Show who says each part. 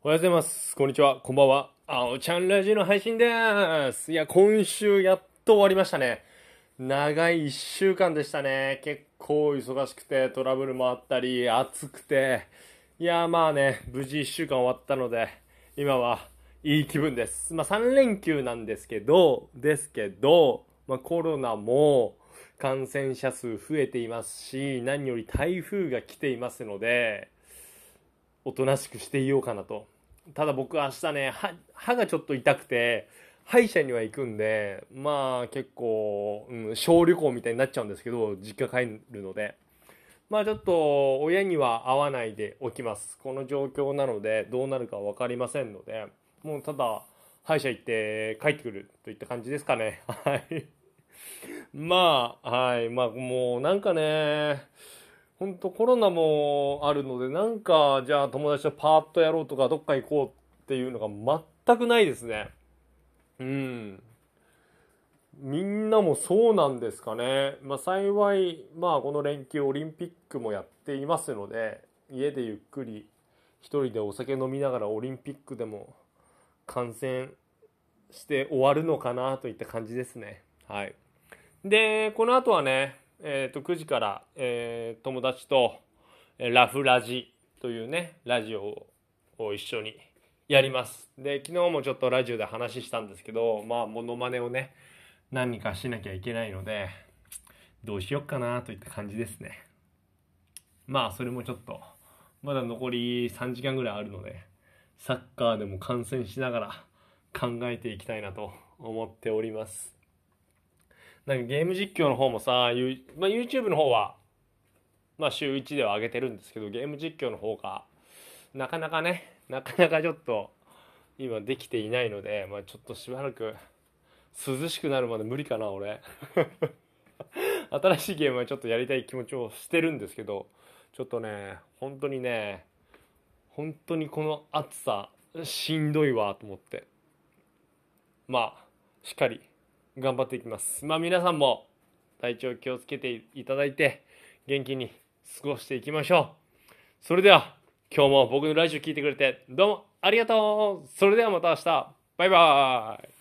Speaker 1: おはようございます。こんにちは。こんばんは。あおちゃんラジオの配信です。いや、今週やっと終わりましたね。長い1週間でしたね。結構忙しくてトラブルもあったり、暑くて。いや、まあね、無事1週間終わったので、今はいい気分です。まあ3連休なんですけど、まあコロナも感染者数増えていますし、何より台風が来ていますので、おとなしくしていようかなと。ただ僕明日ね、歯がちょっと痛くて、歯医者には行くんで、まあ結構、小旅行みたいになっちゃうんですけど、実家帰るので。まあちょっと親には会わないでおきます。この状況なのでどうなるか分かりませんので、もうただ歯医者行って帰ってくるといった感じですかね。はい。まあ、はい。まあもうなんかね、本当コロナもあるので、なんか、じゃあ友達とパーッとやろうとか、どっか行こうっていうのが全くないですね。うん。みんなもそうなんですかね。まあ幸い、まあこの連休オリンピックもやっていますので、家でゆっくり一人でお酒飲みながらオリンピックでも観戦して終わるのかなといった感じですね。はい。で、この後はね、9時から、友達とラフラジというね、ラジオを一緒にやります。で、昨日もちょっとラジオで話したんですけど、まあ、モノマネをね、何かしなきゃいけないので、どうしよっかなといった感じですね。まあ、それもちょっと、まだ残り3時間ぐらいあるので、サッカーでも観戦しながら考えていきたいなと思っております。なんかゲーム実況の方もさ、まあ、YouTube の方は、まあ、週1では上げてるんですけど、ゲーム実況の方が、なかなかちょっと、今できていないので、まあ、ちょっとしばらく、涼しくなるまで無理かな、俺。新しいゲームはちょっとやりたい気持ちをしてるんですけど、ちょっとね、本当にこの暑さ、しんどいわ、と思って。まあ、しっかり頑張っていきます。まあ皆さんも体調気をつけていただいて元気に過ごしていきましょう。それでは今日も僕のラジオ聞いてくれてどうもありがとう。それではまた明日。バイバーイ。